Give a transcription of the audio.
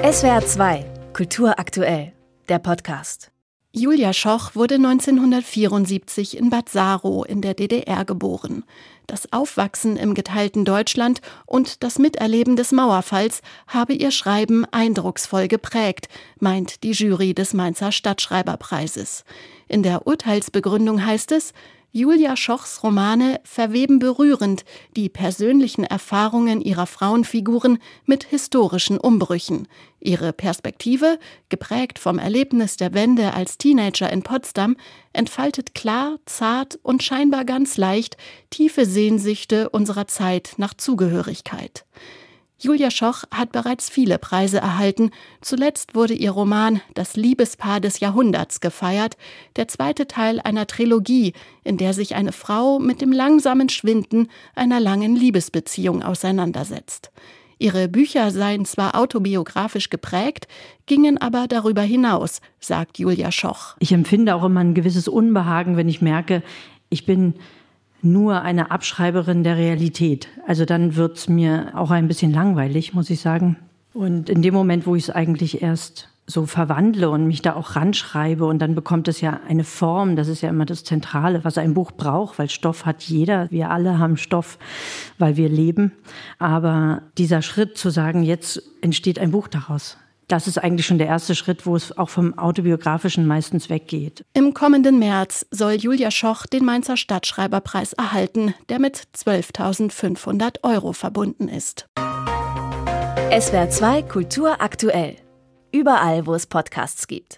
SWR 2 Kultur aktuell, der Podcast. Julia Schoch wurde 1974 in Bad Saarow in der DDR geboren. Das Aufwachsen im geteilten Deutschland und das Miterleben des Mauerfalls habe ihr Schreiben eindrucksvoll geprägt, meint die Jury des Mainzer Stadtschreiberpreises. In der Urteilsbegründung heißt es: Julia Schochs Romane verweben berührend die persönlichen Erfahrungen ihrer Frauenfiguren mit historischen Umbrüchen. Ihre Perspektive, geprägt vom Erlebnis der Wende als Teenager in Potsdam, entfaltet klar, zart und scheinbar ganz leicht tiefe Sehnsüchte unserer Zeit nach Zugehörigkeit. Julia Schoch hat bereits viele Preise erhalten. Zuletzt wurde ihr Roman »Das Liebespaar des Jahrhunderts« gefeiert, der zweite Teil einer Trilogie, in der sich eine Frau mit dem langsamen Schwinden einer langen Liebesbeziehung auseinandersetzt. Ihre Bücher seien zwar autobiografisch geprägt, gingen aber darüber hinaus, sagt Julia Schoch. Ich empfinde auch immer ein gewisses Unbehagen, wenn ich merke, ich bin nur eine Abschreiberin der Realität. Also dann wird's mir auch ein bisschen langweilig, muss ich sagen. Und in dem Moment, wo ich es eigentlich erst so verwandle und mich da auch ranschreibe und dann bekommt es ja eine Form, das ist ja immer das Zentrale, was ein Buch braucht, weil Stoff hat jeder, wir alle haben Stoff, weil wir leben. Aber dieser Schritt zu sagen, jetzt entsteht ein Buch daraus, das ist eigentlich schon der erste Schritt, wo es auch vom Autobiografischen meistens weggeht. Im kommenden März soll Julia Schoch den Mainzer Stadtschreiberpreis erhalten, der mit 12.500 € verbunden ist. SWR 2 Kultur aktuell. Überall, wo es Podcasts gibt.